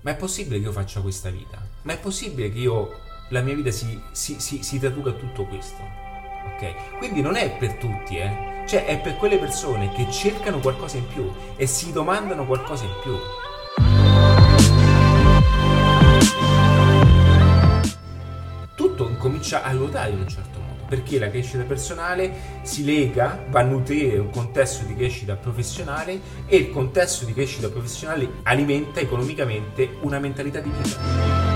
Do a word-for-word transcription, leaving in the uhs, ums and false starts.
ma è possibile che io faccia questa vita? Ma è possibile che io, la mia vita si, si, si, si traduca a tutto questo? Ok? Quindi non è per tutti, eh? Cioè è per quelle persone che cercano qualcosa in più e si domandano qualcosa in più. Tutto incomincia a ruotare in un certo modo, perché la crescita personale si lega, va a nutrire un contesto di crescita professionale e il contesto di crescita professionale alimenta economicamente una mentalità di vita.